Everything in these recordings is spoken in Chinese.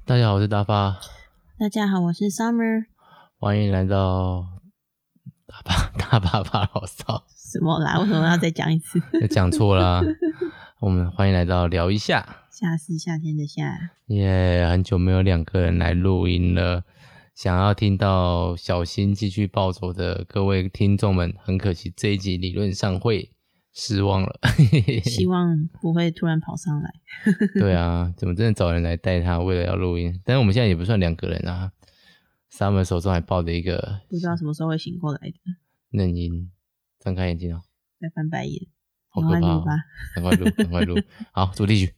大家好，我是大发。 大家好，我是 Summer。 欢迎来到大发发牢骚。 什么啦？为什么要再讲一次？ 讲错啦。我们欢迎来到聊一下。 夏是夏天的夏。 很久没有两个人来录音了。想要听到小新继续暴走的各位听众们，很可惜这一集理论上会失望了。 希望不会突然跑上来。 对啊，怎么真的找人来带他，为了要录音。但是我们现在也不算两个人啊。Summer 手中还抱着一个不知道什么时候会醒过来的嫩婴，张开眼睛哦， 在翻白眼。 好可怕哦！赶快录，赶快录。好，主题曲。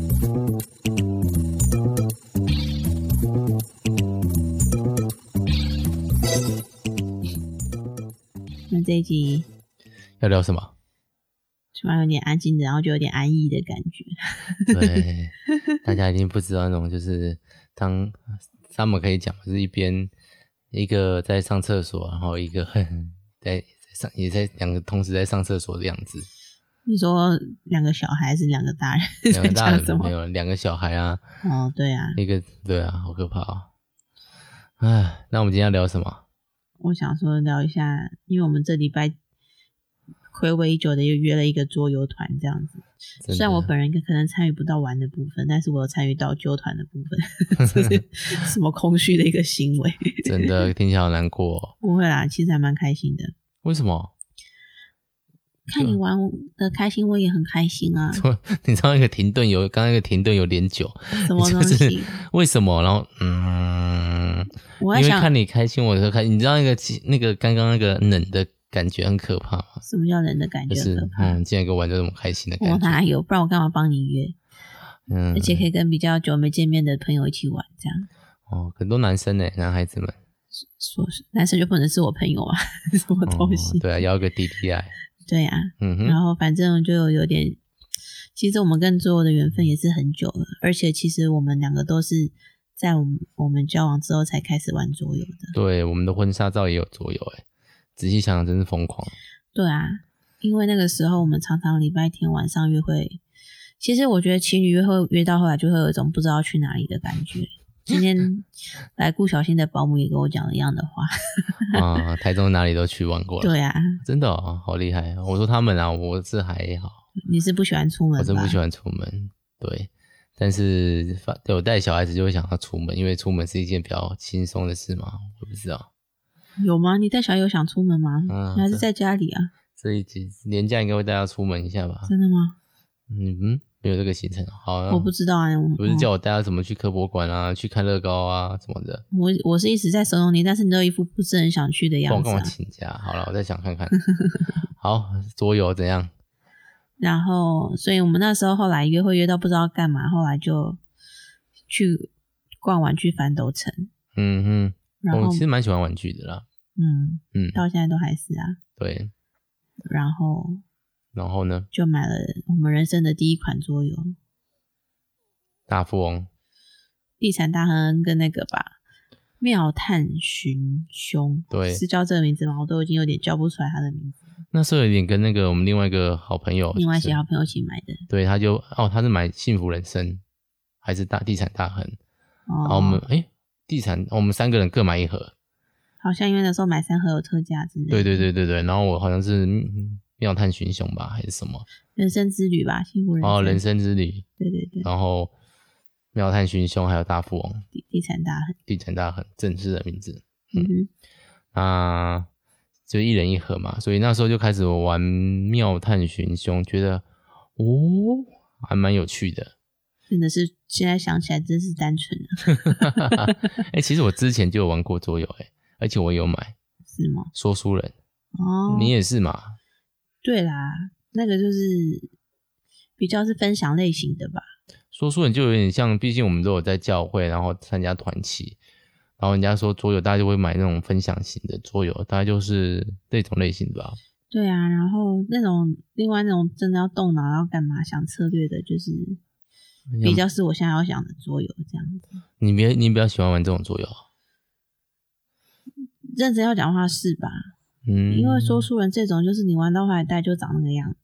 那这一集要聊什么？ 突然有点安静的，然后就有点安逸的感觉。 对，大家一定不知道那种，就是当Summer可以讲，就是一个在上厕所，然后一个也在两个同时在上厕所的样子。 你说两个小孩还是两个大人？ 两个大人没有，两个小孩啊。 哦，对啊， 对啊，好可怕哦。唉，那我们今天要聊什么？ 我想说聊一下，因为我们这礼拜睽违已久的又约了一个桌游团这样子。虽然我本人可能参与不到玩的部分，但是我有参与到揪团的部分。这是什么空虚的一个行为？ 真的听起来好难过哦。 不会啦，其实还蛮开心的。 为什么？ 看你玩的开心，我也很开心啊。 你知道刚刚那个停顿有点久。 什么东西？ 就是为什么？然后我因为看你开心，我就开心。你知道那个刚刚那个冷的感觉很可怕吗？ 什么叫冷的感觉很可怕？ 今天跟我玩就这么开心的感觉。 我哪有？不然我干嘛帮你约？而且可以跟比较久没见面的朋友一起玩，这样。 哦，很多男生男孩子们。 说男生就不能是我朋友啊？什么东西？ 对啊，要个弟弟来。 对啊，然后反正就有点，其实我们跟桌游的缘分也是很久了，而且其实我们两个都是在我们交往之后才开始玩桌游的。 对，我们的婚纱照也有桌游仔细想想真是疯狂。 对啊，因为那个时候我们常常礼拜天晚上约会，其实我觉得情侣约会约到后来就会有一种不知道去哪里的感觉。今天来顾小新的保姆也跟我讲了一样的话。 台中哪里都去玩过了。 对啊，真的好厉害。我说他们啊，我是还好。 你是不喜欢出门吧？ 我真不喜欢出门。对，但是有带小孩子就会想要出门，因为出门是一件比较轻松的事嘛。我不知道有吗？你带小孩有想出门吗？你还是在家里啊？ 这一集连假应该会带他出门一下吧？ 真的吗？ 没有这个行程。好啊， 我不知道啊。 不是叫我带他怎么去科博馆啊，去看乐高啊什么的。 我是一直在怂恿你，但是你都一副不是很想去的样子。 跟我请假。好了，我再想看看。好，桌游怎样？ 然后，所以我们那时候后来约会约到不知道干嘛，后来就去逛玩具反斗城。 然后我其实蛮喜欢玩具的啦。 到现在都还是啊。 对。 然后呢？ 就买了我们人生的第一款桌游， 大富翁、 地产大亨跟那个吧，妙探寻凶。 对，是叫这个名字吗？我都已经有点叫不出来他的名字。 那时候有点跟那个我们另外一个好朋友， 另外一些好朋友一起买的。 对，他是买幸福人生还是地产大亨？然后我们我们3个人各买一盒。 好像因为那时候买3盒有特价之类的。 对，然后我好像是妙探寻凶吧，还是什么人生之旅吧，幸福人生。 人生之旅。 对。 然后妙探寻凶还有大富翁、 地产大亨正式的名字。就一人一盒嘛，所以那时候就开始玩妙探寻凶，觉得还蛮有趣的。 真的是现在想起来真是单纯啊。其实我之前就有玩过桌游而且我有买。 是吗？ 说书人。你也是嘛？ 对啦，那个就是比较是分享类型的吧。 说书人就有点像，毕竟我们都有在教会，然后参加团契，然后人家说桌游，大家就会买那种分享型的桌游，大概就是这种类型的吧。 对啊，然后另外那种真的要动脑要干嘛想策略的，就是比较是我现在要想的桌游这样子。 你比较喜欢玩这种桌游？ 认真要讲话是吧？因为说书人这种就是你玩到后来大概就长那个样子。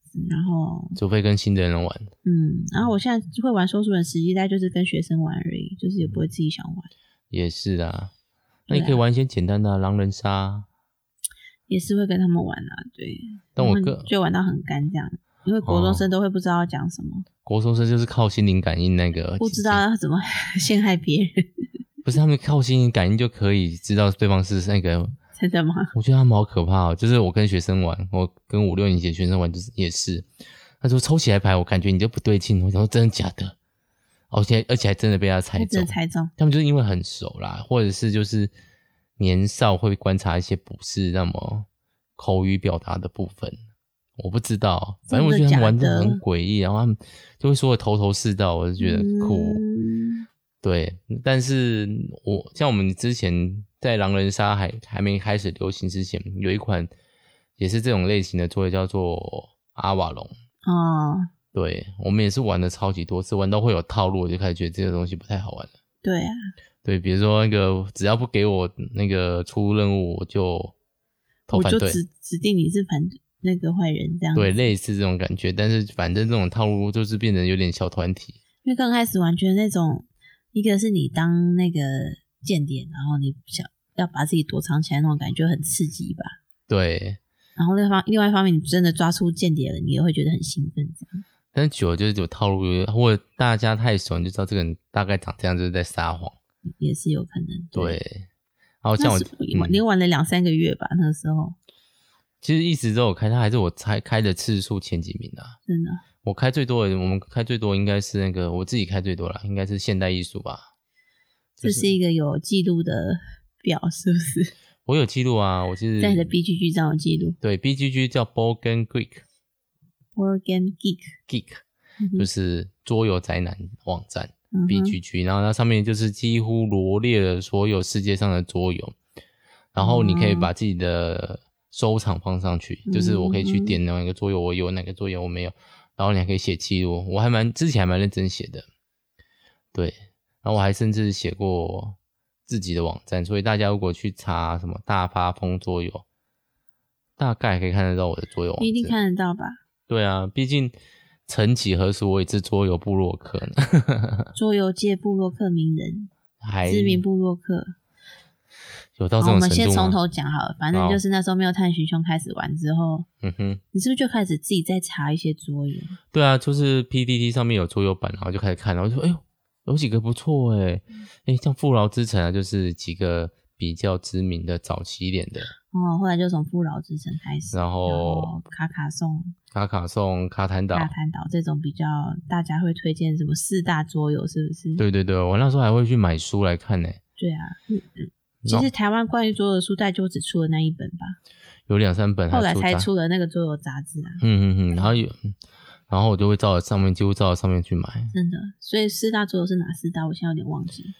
子，然后除非跟新的人玩。 然后我现在会玩说书人，实际大概就是跟学生玩而已，就是也不会自己想玩。 也是啊，那你可以玩一些简单的狼人杀， 也是会跟他们玩啊，对。 但我就玩到很干这样，因为国中生都会不知道要讲什么。 国中生就是靠心灵感应那个， 不知道要怎么陷害别人。 不是他们靠心灵感应就可以知道对方是那个。 真的吗？ 我觉得他们好可怕哦。就是我跟学生玩，我跟5、6年级的学生玩，就是也是，他说抽起来牌，我感觉你就不对劲。我想说真的假的？而且还真的被他猜中。他们就是因为很熟啦，或者是就是年少会观察一些不是那么口语表达的部分。我不知道，反正我觉得他们玩得很诡异，然后他们就会说的头头是道，我就觉得酷。对，但是像我们之前在狼人杀还没开始流行之前，有一款也是这种类型的作业叫做阿瓦隆。对，我们也是玩的超级多次，玩到会有套路，我就开始觉得这个东西不太好玩了。 对啊， 对，比如说那个只要不给我那个出任务，我就投反对， 我就指定你是那个坏人这样子。 对，类似这种感觉，但是反正这种套路就是变成有点小团体。 因为刚开始完全那种，一个是你当那个间谍，然后你想要把自己躲藏起来那种感觉很刺激吧。 对。 然后另外一方面，你真的抓出间谍了，你也会觉得很兴奋这样。 但是久了就是有套路，或者大家太熟，你就知道这个人大概长这样就是在撒谎， 也是有可能。 对。然后像你玩了2-3个月吧，那个时候。 其实一直都有开，他还是我开的次数前几名啊。 真的。 我们开最多应该是那个我自己开最多啦，应该是现代艺术吧。 这是一个有记录的表，是不是？ 我有记录啊，我就是在你的 BGG 上有记录。 对 ，BGG 叫 Board Game Geek。Board Game Geek。 就是桌游宅男网站。BGG， 然后它上面就是几乎罗列了所有世界上的桌游，然后你可以把自己的收藏放上去，就是我可以去点哪个桌游我有，哪个桌游我没有，然后你还可以写记录。我之前还蛮认真写的，对，然后我还甚至写过自己的网站，所以大家如果去查什么大发疯桌游，大概可以看得到我的桌游网站。 一定看得到吧？ 对啊，毕竟曾几何时我也是桌游部落客呢。 桌游界部落客名人，知名部落客。 有到这种程度吗？ 我们先从头讲好了，反正就是那时候没有探寻凶开始玩之后，你是不是就开始自己在查一些桌游？ 对啊，就是 PTT 上面有桌游版，然后就开始看，然后就说哎呦有几个不错诶，像富饶之城啊，就是几个比较知名的早期一点的。 后来就从富饶之城开始， 然后卡卡颂、卡坦岛这种比较大家会推荐什么4大桌游，是不是？ 对对对，我那时候还会去买书来看呢。对啊，其实台湾关于桌游的书大概就只出了那一本吧， 有2-3本， 后来才出了那个桌游杂志啊。 然后我就会几乎照着上面去买。 真的，所以4大桌游是哪4大？我现在有点忘记。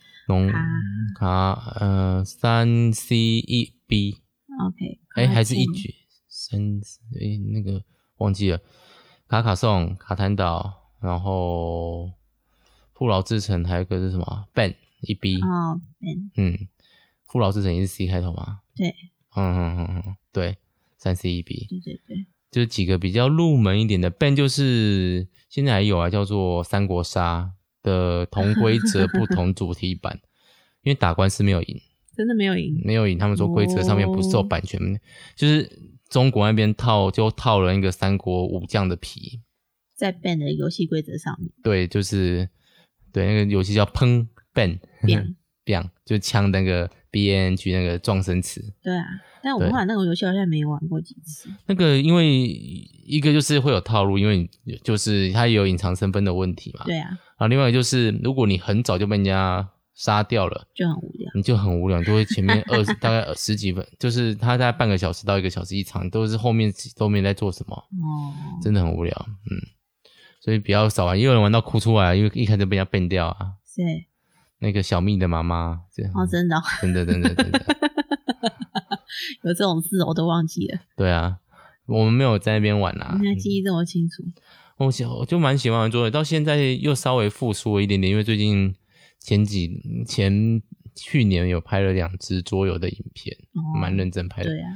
3C1B。OK。还是1局那个忘记了。卡颂、卡坦岛，然后富饶之城，还有一个是什么 Ben 1B。Ben。富饶之城也是 C 开头吗？ 对。 对，3C1B。 对。 就是几个比较入门一点的 Ben， 就是现在还有啊，叫做三国杀的同规则不同主题版。因为打官司没有赢， 真的没有赢， 他们说规则上面不受版权，就是中国那边套了一个三国武将的皮在 Ben 的游戏规则上面。 对，就是对那个游戏叫砰 Ben Bang， 就枪那个 BANG 那个撞声词。 对啊，但我们后来那个游戏好像没玩过几次。 那个因为一个就是会有套路，因为就是它也有隐藏身份的问题嘛。 对啊。 然后另外就是如果你很早就被人家杀掉了， 就很无聊， 你就很无聊，就会前面大概10几分，就是他大概半个小时到1个小时一场，都是后面都没在做什么，真的很无聊，所以比较少玩，也有人玩到哭出来，因为一开始被人家ban掉啊。 谁？ 那个小蜜的妈妈。 真的。 真的。 有这种事我都忘记了。 对啊，我们没有在那边玩啊。 你还记忆这么清楚？ 我就蛮喜欢玩桌游，到现在又稍微复苏了一点点，因为最近去年有拍了2支桌游的影片，蛮认真拍的。 对啊，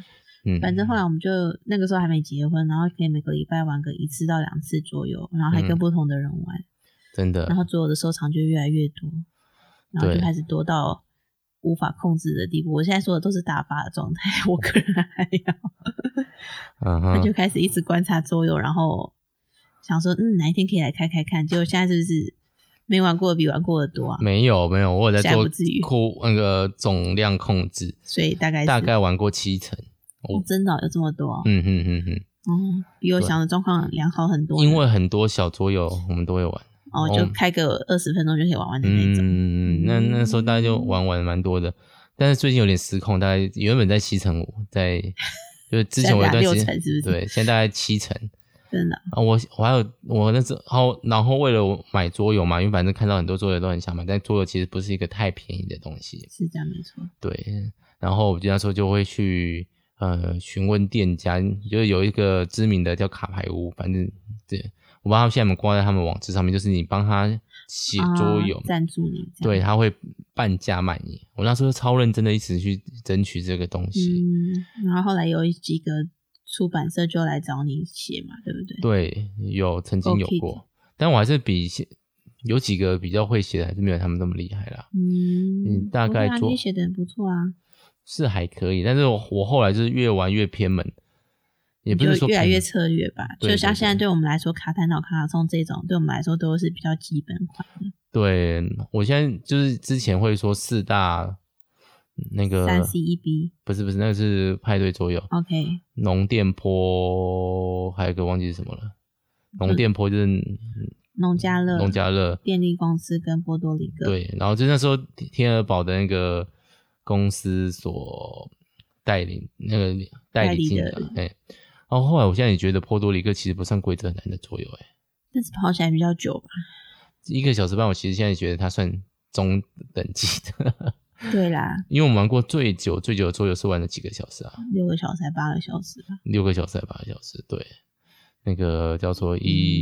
反正后来我们就那个时候还没结婚，然后可以每个礼拜玩个1次到2次桌游，然后还跟不同的人玩， 真的。 然后桌游的收藏就越来越多，然后就开始多到无法控制的地步。我现在说的都是打发的状态，我个人还要，他就开始一直观察桌游，然后想说哪一天可以来开看，结果现在是不是没玩过的比玩过的多啊？ 没有，我有在做那个总量控制， 所以大概玩过7成。 真的有这么多？比我想的状况良好很多。 因为很多小桌游我们都会玩。 就开个20分钟就可以玩完的那种。 那时候大概就玩蛮多的，但是最近有点失控，大概原本在7成5，就是之前我有段时间 6成是不是？ 对，现在大概7成。 真的我还有我那时候，然后为了买桌游嘛，因为反正看到很多桌游都很想买，但桌游其实不是一个太便宜的东西。 是这样没错。 对，然后我那时候就会去询问店家，就是有一个知名的叫卡牌屋，反正对，我不知道他们现在有没有挂在他们网址上面，就是你帮他写桌游， 赞助你， 对，他会半价卖你。我那时候超认真的一直去争取这个东西。 然后后来有几个出版社就来找你写嘛，对不对？ 对，曾经有过，但我还是有几个比较会写的，还是没有他们那么厉害啦。大概你也写得很不错啊。 是还可以，但是我后来就是越玩越偏门，也不是说越来越策略吧。 对， 就像现在对我们来说，卡坦岛、卡卡颂这种，对我们来说都是比较基本款的。 对，我现在就是之前会说4大那个 3C1B， 不是，那个是派对桌游。 OK， 农电波，还有一个忘记是什么了。农电波就是农家乐、 电力公司跟波多黎各。 对，然后就那时候天鹅堡的那个公司所代理进的，然后后来我现在也觉得波多黎各其实不算规则难的桌游， 但是跑起来比较久吧 ，1个小时半，我其实现在觉得它算中等级的。 对啦， 因为我们玩过最久的桌游是玩了几个小时啊 ？6个小时还8个小时吧 ？6个小时还8个小时，对，那个叫做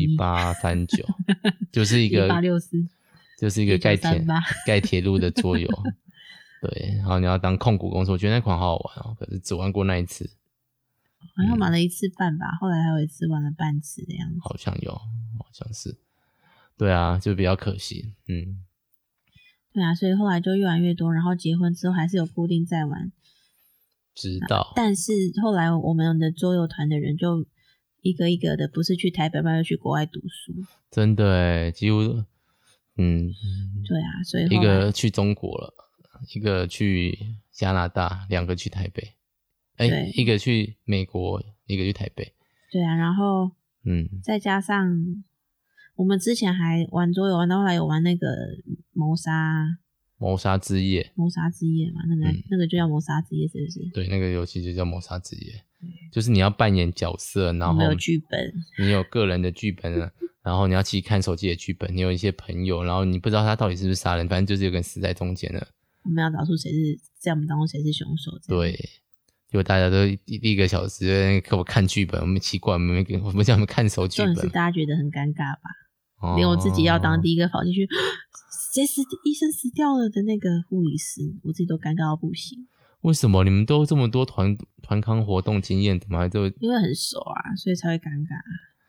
1839，就是一个 1864， 就是一个盖铁路的桌游。对，然后你要当控股公司，我觉得那款好好玩哦，可是只玩过那一次， 好像玩了1次半吧，后来还有一次玩了半次的样子， 好像是，对啊，就比较可惜， 对啊，所以后来就越玩越多，然后结婚之后还是有固定在玩， 知道， 但是后来我们的桌游团的人就一个一个的，不是去台北，不然就去国外读书， 真的几乎， 对啊，所以一个去中国了。一个去加拿大，2个去台北，一个去美国，一个去台北。 对啊，然后再加上我们之前还玩桌游，玩到后来有玩那个谋杀之夜嘛，那个就叫谋杀之夜，是不是？ 对，那个游戏就叫谋杀之夜，就是你要扮演角色，然后有剧本， 你有个人的剧本然后你要自己看手机的剧本，你有一些朋友，然后你不知道他到底是不是杀人，反正就是有个人死在中间了。 我们要找出在我们当中谁是凶手。 对，结果大家都第1个小时在给我看剧本，我们奇怪，我们叫他们看手剧本。 重点是大家觉得很尴尬吧？连我自己要当第一个跑进去，医生死掉了的那个护理师，我自己都尴尬到不行。 为什么你们都这么多团康活动经验，怎么还就因为很熟啊，所以才会尴尬。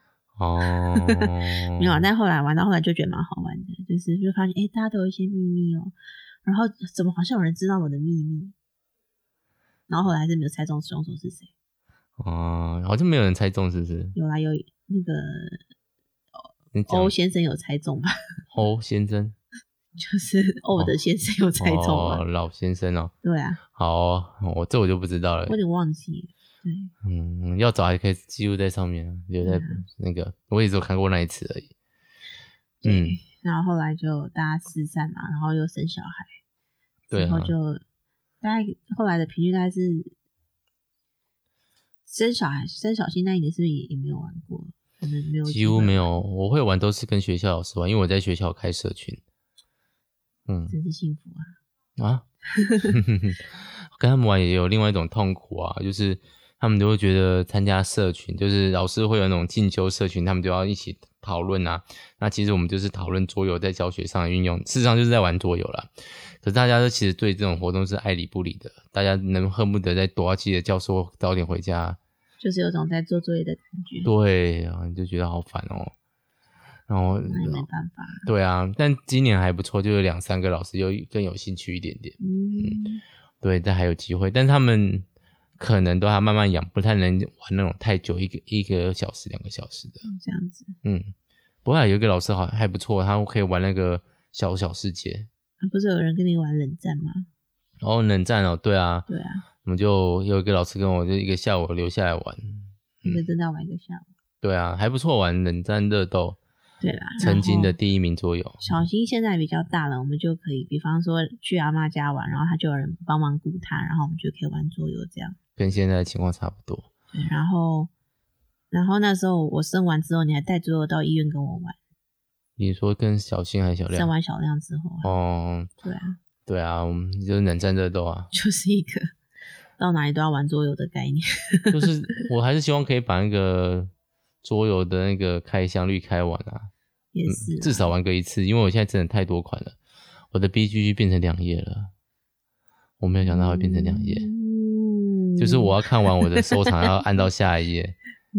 没有啊，但后来玩到后来就觉得蛮好玩的，就发现大家都有一些秘密哦。然后怎么好像有人知道我的秘密，然后后来还是没有猜中凶手是谁。 好像没有人猜中，是不是？ 有啦，有那个欧先生有猜中吧？ 欧先生就是欧的先生有猜中吧？ 老先生哦。 对啊。 好，我就不知道了， 我有点忘记了。对， 要找还可以记录在上面，留在那个，我也只有看过那一次而已。 然后后来就大家四散嘛，然后又生小孩， 对， 然后就大概后来的频率大概是生小新那一年是不是也没有玩过？可能没有， 几乎没有。我会玩都是跟学校老师玩，因为我在学校开社群。 真是幸福啊！ 跟他们玩也有另外一种痛苦啊，就是他们都会觉得参加社群，就是老师会有那种进修社群，他们都要一起讨论啊。那其实我们就是讨论桌游在教学上的运用，事实上就是在玩桌游啦。 可是大家都其实对这种活动是爱理不理的，大家恨不得再躲到自己的教室早点回家， 就是有种在做作业的感觉。 对啊，你就觉得好烦哦。然后那也没办法。 对啊，但今年还不错，就有2-3个老师又更有兴趣一点点。对，但还有机会，但他们可能都还慢慢养，不太能玩那种太久，一个小时、2个小时的。 这样子。 不过有一个老师还不错，他可以玩那个小世界。 不是有人跟你玩冷战吗？ 冷战哦，对啊。 对啊。 我们就有一个老师跟我就一个下午留下来玩。 一个真的要玩一个下午。 对啊，还不错玩冷战热斗。 对啦， 曾经的第1名桌游。 小新现在比较大了，我们就可以比方说去阿嬷家玩，然后他就有人帮忙顾他，然后我们就可以玩桌游这样。 跟现在的情况差不多。 对，然后那时候我生完之后，你还带桌游到医院跟我玩。 你说跟小新还是小亮？ 生完小亮之后。对啊。 对啊，我们就是冷战热斗啊。 就是一个到哪里都要玩桌游的概念。 就是我还是希望可以把那个桌游的那个开箱率开完啊。 也是至少玩个1次，因为我现在真的太多款了，我的 BGG 变成2页了，我没有想到会变成2页，就是我要看完我的收藏要按到下一页。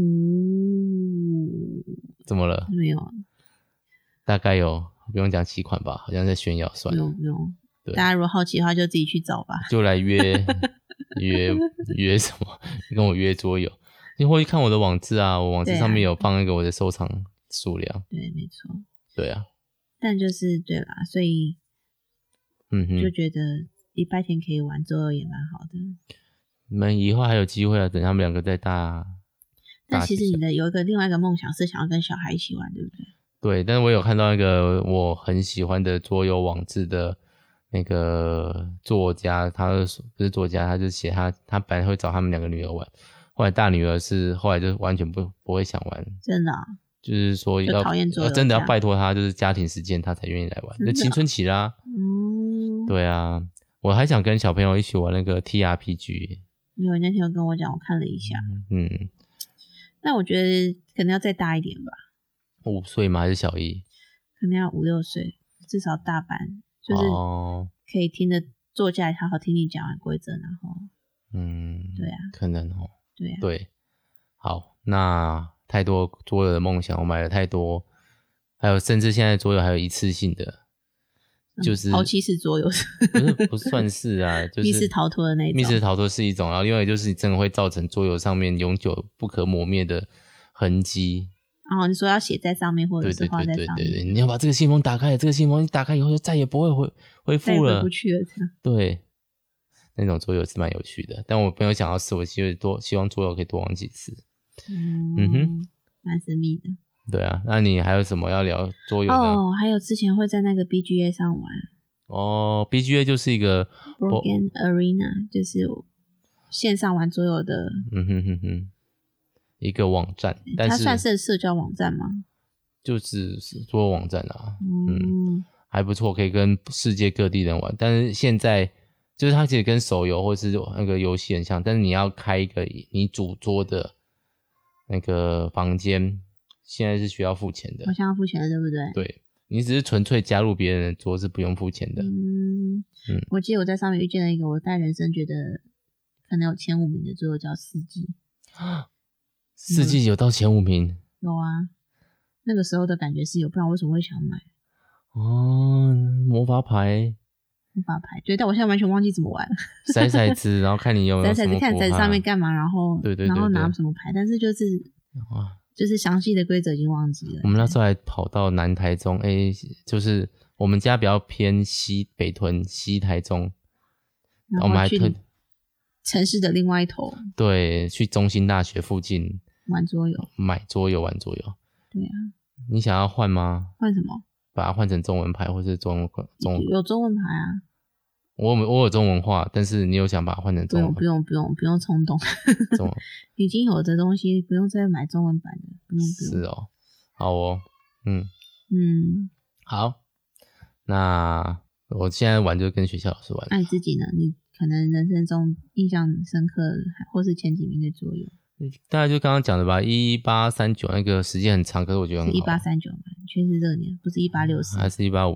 怎么了？ 没有，大概有不用讲几款吧，好像在炫耀算了。 不用，大家如果好奇的话就自己去找吧， 就来约什么？跟我约桌游，你会看我的网志啊，我网志上面有放那个我的收藏数量。 对，没错。 对啊。 但就是对啦，所以就觉得礼拜天可以玩桌游也蛮好的。 你们以后还有机会啊，等他们2个再大。 但其实你的有另外一个梦想是想要跟小孩一起玩，对不对？ 对，但是我有看到那个我很喜欢的桌游网志的那个作家，他不是作家，他就写他本来会找他们2个女儿玩，后来大女儿后来就完全不会想玩。 真的啊？ 就是说要讨厌桌游， 真的要拜托他，就是家庭时间他才愿意来玩，就青春期啦。对啊，我还想跟小朋友一起玩那个 TRPG。 有，那天有跟我讲，我看了一下。那我觉得可能要再大一点吧。 5岁吗？还是小1？ 可能要5、6岁，至少大班，就是可以听着坐下来好好听你讲完规则，然后对啊， 可能对啊， 对。好，那太多桌游的梦想，我买了太多，还有甚至现在桌游还有一次性的，就是抛弃式桌游。 不算是啊，就是密室逃脱的那种。 密室逃脱是一种，然后另外就是真的会造成桌游上面永久不可磨灭的痕迹。 你说要写在上面，或者是画在上面。 对，你要把这个信封打开，这个信封一打开以后就再也不会恢复了， 再回不去了。 对，那种桌游是蛮有趣的，但我没有想到是，我希望桌游可以多玩几次。 蛮神秘的。 对啊，那你还有什么要聊桌游的？ 还有之前会在那个 BGA 上玩。 BGA 就是一个 Board Game Arena， 就是线上玩桌游的。 一个网站，但是它算是社交网站吗？ 就是桌游网站啊。还不错，可以跟世界各地人玩。但是现在就是它其实跟手游或是那个游戏很像，但是你要开一个你主桌的那个房间，现在是需要付钱的。 好像要付钱的，对不对？ 对，你只是纯粹加入别人的桌是不用付钱的。 我记得我在上面遇见了一个我在人生觉得可能有前5名的桌游，叫四季。 4季有到前5名？ 有啊，那个时候的感觉是有，不然为什么会想买？ 魔法牌， 对，但我现在完全忘记怎么玩了。 骰骰子，然后看你有没有什么看骰子上面干嘛，然后对， 然后拿什么牌，但是就是详细的规则已经忘记了。 我们那时候还跑到南台中，就是我们家比较偏北屯西台中， 然后我们还去城市的另外一头， 对，去中兴大学附近玩桌游， 买桌游玩桌游。 对啊， 你想要换吗？ 换什么？ 把它换成中文牌，或是中文有中文牌啊。 我有中文化，但是你有想把它换成中文牌？ 不用冲动。已经有的东西不用再买中文版的，不用。 是哦，好哦，好。那我现在玩就跟学校老师玩。 那你自己呢？你可能人生中印象深刻或是前几名的桌游？ 大概就刚刚讲的吧，1839那个时间很长，可是我觉得很好。 是1839吗？确实这个年，不是1864， 还是1856？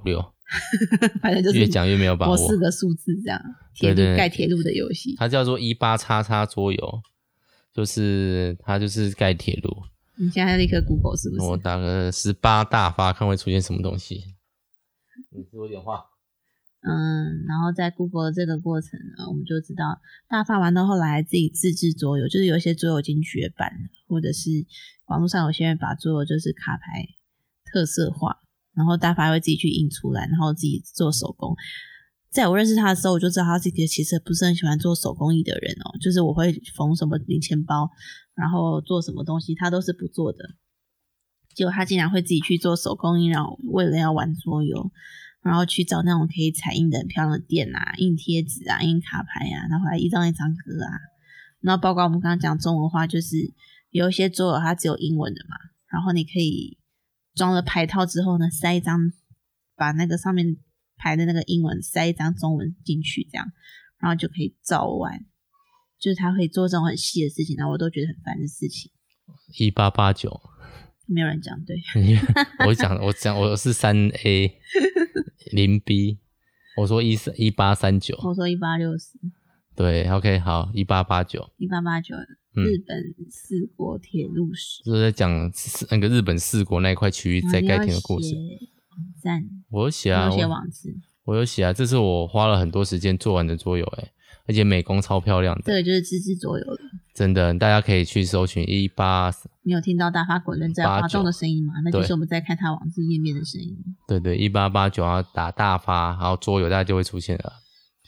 反正就是越讲越没有把握。 我4个数字这样，盖铁路的游戏， 它叫做18XX桌游，就是它就是盖铁路。 你现在立刻 Google 是不是？ 我打个18大发，看会出现什么东西。你给我点话。 然后在 Google 的这个过程呢，我们就知道大发玩到后来自己自制桌游，就是有一些桌游已经绝版了，或者是网络上有些人把桌游就是卡牌特色化，然后大发会自己去印出来，然后自己做手工。在我认识他的时候，我就知道他是一个其实不是很喜欢做手工艺的人哦，就是我会缝什么零钱包，然后做什么东西他都是不做的，结果他竟然会自己去做手工艺，然后为了要玩桌游，然后去找那种可以彩印的很漂亮的店啊，印贴纸啊，印卡牌啊，然后还一张一张割啊，然后包括我们刚刚讲中文化，就是有一些桌游它只有英文的嘛，然后你可以装了牌套之后呢，塞一张，把那个上面牌的那个英文塞一张中文进去，这样，然后就可以照玩，就是他可以做这种很细的事情，然后我都觉得很烦的事情。 1889， 没有人讲对。 我是3A 0B， 我说1839， 我说1860。 对 ，OK， 好，1889， 日本4国铁路史， 就是在讲那个日本4国那一块区域在该田的故事。我有写啊， 我有写网志， 我有写啊，这是我花了很多时间做完的桌游而且美工超漂亮的。 这个就是自制桌游了， 真的，大家可以去搜寻18。 你有听到大发滚轮在滑动的声音吗？那就是我们在看他网志页面的声音。 对对，1889要打大发，然后桌游大家就会出现了。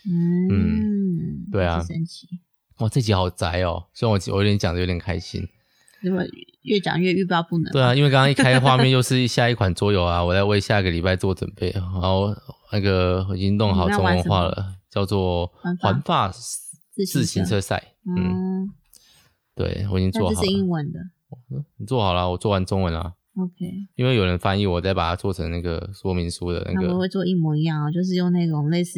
对啊， 神奇。 哇，这集好宅哦，虽然我有点讲的有点开心， 因为越讲越欲罢不能。 对啊，因为刚刚一开画面又是下一款桌游啊，我在为下个礼拜做准备，然后那个我已经弄好中文化了，叫做环法自行车赛。对，我已经做好了。 这是英文的。 你做好了，我做完中文了。 OK， 因为有人翻译，我再把它做成那个说明书的那个。 他们会做一模一样就是用那种类似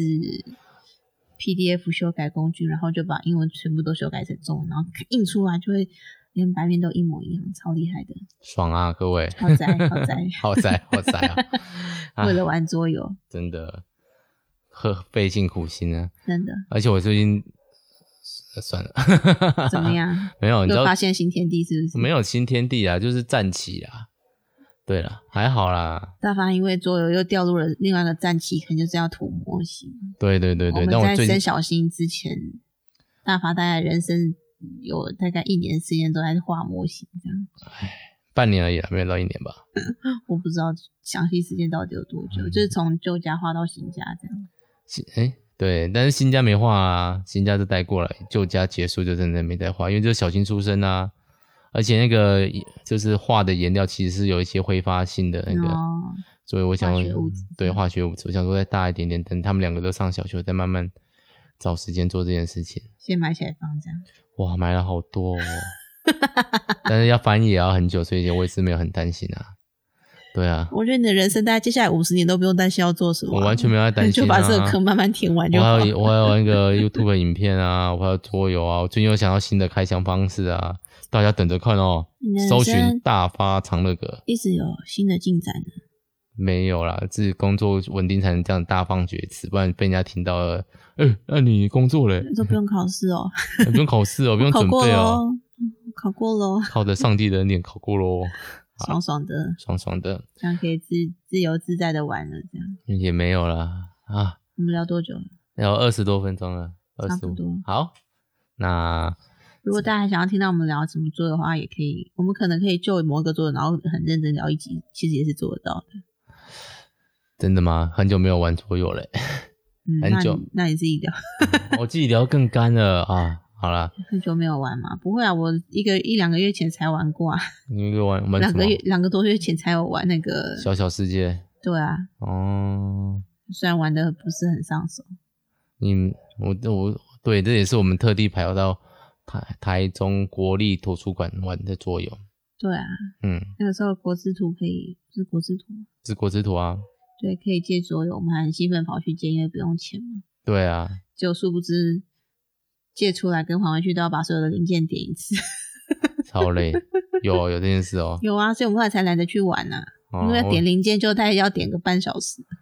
PDF 修改工具，然后就把英文全部都修改成中文，然后印出来就会连白面都一模一样，超厉害的。 爽啊，各位！ 好宅，好宅， 好宅，好宅啊！ 为了玩桌游， 真的费尽苦心啊！ 真的。 而且我最近算了， 怎么样？ 没有，你知道有发现新天地是不是？ 没有新天地啊，就是战旗啊。对了，还好啦。 大发因为桌游又掉入了另外一个战旗，可能就是要涂模型。 对对对对， 我们在生小新之前，大发大概人生有大概1年时间都在画模型，这样。 半年而已啦，没有到1年吧。 我不知道详细时间到底有多久，就是从旧家画到新家这样。 对，但是新家没画啊，新家就带过来，旧家结束就真的没带画，因为就是小新出生啊，而且那个就是画的颜料其实是有一些挥发性的那个，所以我想对化学物质，我想说再大一点点，等他们2个都上小学，再慢慢找时间做这件事情。 先买起来放这样。 哇，买了好多但是要翻译也要很久，所以我也是没有很担心啊。对啊， 我觉得你的人生大概接下来50年都不用担心要做什么， 我完全没有在担心就把这个坑慢慢填完就好。 我还有那个 YouTube 影片啊，我还有桌游啊，我最近又想要新的开箱方式啊，大家等着看哦。搜寻大发长乐阁， 一直有新的进展呢。 没有啦，自己工作稳定才能这样大放厥词，不然被人家听到了。那你工作了？ 都不用考试哦， 不用考试哦，不用准备哦， 考过咯， 靠着上帝的恩典考过咯。 爽爽的， 爽爽的， 这样可以自由自在的玩了，这样也没有啦啊。 我们聊多久了？ 聊20多分钟了，25， 差不多。 好，那如果大家还想要听到我们聊什么桌的话，也可以，我们可能可以就某一个桌，然后很认真聊一集，其实也是做得到的。 真的吗？很久没有玩桌游了，很久。 那你自己聊， 我自己聊更干了啊。好啦， 很久没有玩嘛？不会啊，我1-2个月前才玩过啊。 你玩什么 ？2个多月前才有玩那个小小世界。 对啊。虽然玩的不是很上手。 对，这也是我们特地跑到台中国立图书馆玩的桌游。 对啊。那个时候国之图是国之图吗？ 是国之图啊。 对，可以借桌游，我们还很兴奋跑去借，因为不用钱嘛。 对啊。 结果殊不知借出来跟还回去都要把所有的零件点一次。 超累。有这件事哦。 有啊，所以我们后来才懒得去玩啊。因为点零件就大概要点个半小时。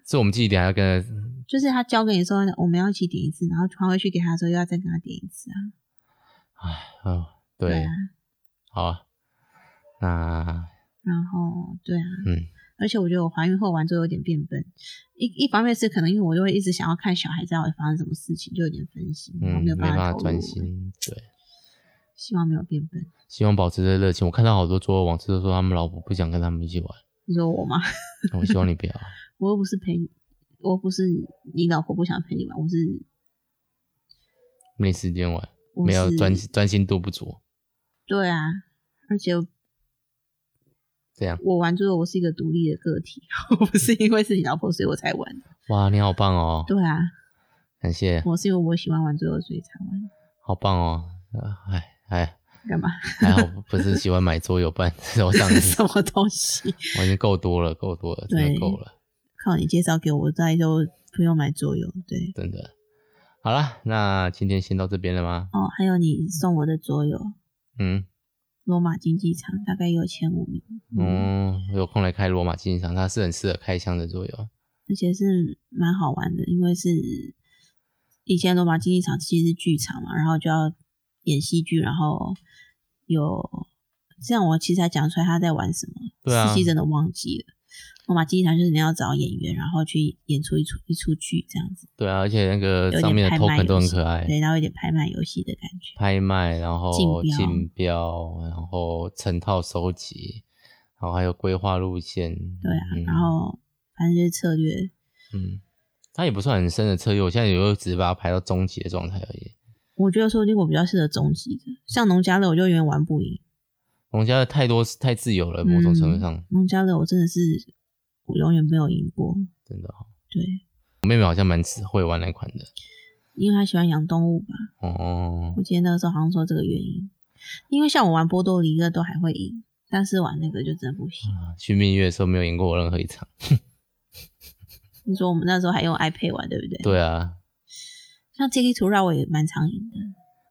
是我们自己点还要跟着？ 就是他交给你说我们要一起点一次，然后传回去给他的时候又要再跟他点一次啊。 对， 对啊， 好啊，那然后对啊，而且我觉得我怀孕后玩之后有点变笨，一方面是可能因为我就会一直想要看小孩到底发生什么事情，就有点分心，然后没有办法专心。对， 希望没有变笨， 希望保持着热情。我看到好多桌游网友都说他们老婆不想跟他们一起玩。 你说我吗？ 我希望你不要。 我又不是陪你，我不是你老婆不想陪你玩，我是没时间玩，没有专心度不足。 对啊，而且这样我玩桌游我是一个独立的个体，我不是因为是你老婆所以我才玩。 哇，你好棒哦！ 对啊， 感谢。 我是因为我喜欢玩桌游所以才玩。 好棒哦！ 干嘛？ 还好不是喜欢买桌游办我上什么东西？ 我已经够多了，真的够了。 靠你介绍给我，再就不用买桌游。对， 真的。好啦，那今天先到这边了吗？ 哦，还有你送我的桌游，罗马竞技场大概也有前5名。 有空来开罗马竞技场，它是很适合开箱的桌游， 而且是蛮好玩的，因为是以前罗马竞技场其实是剧场嘛，然后就要演戏剧，然后有这样我其实还讲出来他在玩什么， 对啊， 实际真的忘记了。罗马竞技场就是你要找演员，然后去演出一出剧这样子。 对啊，而且那个上面的 token 都很可爱， 对，然后有点拍卖游戏的感觉。 拍卖，然后竞标，然后成套收集，然后还有规划路线。 对啊，然后反正就是策略。 它也不算很深的策略，我现在有只是把它排到中级的状态而已。 我觉得说不定我比较适合中级的，像农家乐我就永远玩不赢。 农家乐太自由了，某种程度上。 农家乐我真的是我永远没有赢过， 真的对， 我妹妹好像蛮会玩那款的， 因为她喜欢养动物吧。我记得那个时候好像说这个原因，因为像我玩波多黎各都还会赢，但是玩那个就真的不行。 去蜜月的时候没有赢过我任何一场。 你说我们那时候还用 iPad 玩，对不对？ 对啊， 像 Tiki Tura 我也蛮常赢的。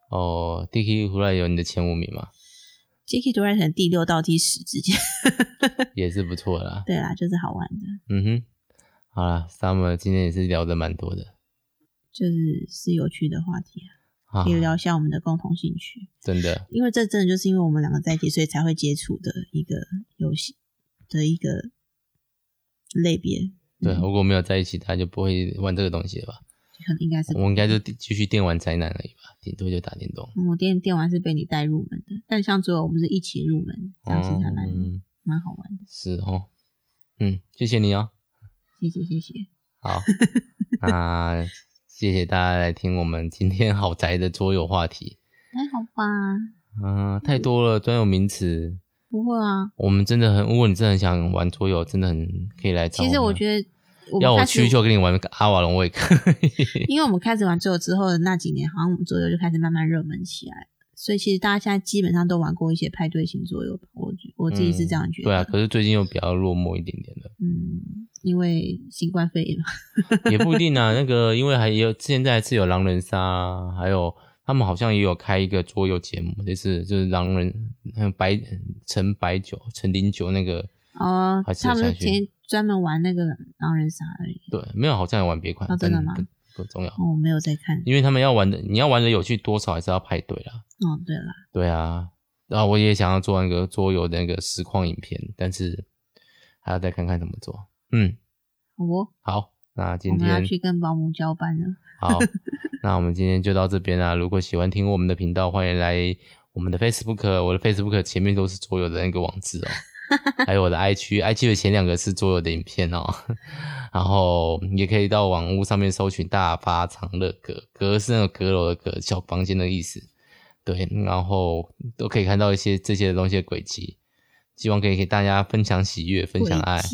Tiki Tura 有你的前5名吗 ？Tiki Tura 可能第6到第10之间， 也是不错啦。 对啦，就是好玩的。 好啦 Summer 今天也是聊得蛮多的， 是有趣的话题可以聊一下我们的共同兴趣。 真的， 因为这真的就是因为我们2个在一起，所以才会接触的一个游戏的一个类别。 对，如果没有在一起，他就不会玩这个东西了吧？ 可能应该是我应该就继续电玩宅男而已吧，顶多就打电动。 我电玩是被你带入门的，但像最后我们是一起入门，这样其实还蛮好玩的。 是谢谢你哦， 谢谢。 好，那谢谢大家来听我们今天好宅的桌游话题。 还好吧？ 太多了，专有名词。 不会啊， 我们真的如果你真的很想玩桌游，真的很可以来找我们。 其实我觉得要我去就跟你玩阿瓦隆我也可以。因为我们开始玩桌游之后的那几年，好像我们桌游就开始慢慢热门起来，所以其实大家现在基本上都玩过一些派对型桌游，我自己是这样觉得。 对啊，可是最近又比较落寞一点点的。 因为新冠肺炎嘛。 也不一定啊，那个因为现在是有狼人杀，还有他们好像也有开一个桌游节目，就是狼人陈零酒那个他们专门玩那个狼人杀而已。 对，没有好像有玩别款。 真的吗？ 不重要。 我没有在看， 因为他们你要玩的有趣，多少还是要派对啦。 对啦。 对啊，然后我也想要做那个桌游的那个实况影片，但是还要再看看怎么做。好，那今天我们要去跟保姆交班了。 好，那我们今天就到这边啦。如果喜欢听我们的频道，欢迎来我们的 Facebook， 我的 Facebook 前面都是桌游的那个网址还有我的 IG 的前2个是桌游的影片然后也可以到网络上面搜寻大发长乐阁是那种阁楼的阁，小房间的意思。对，然后都可以看到一些这些的东西的轨迹，希望可以给大家分享喜悦，分享爱。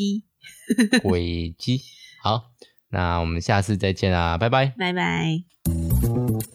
轨迹。好，那我们下次再见啦，拜拜。 拜拜。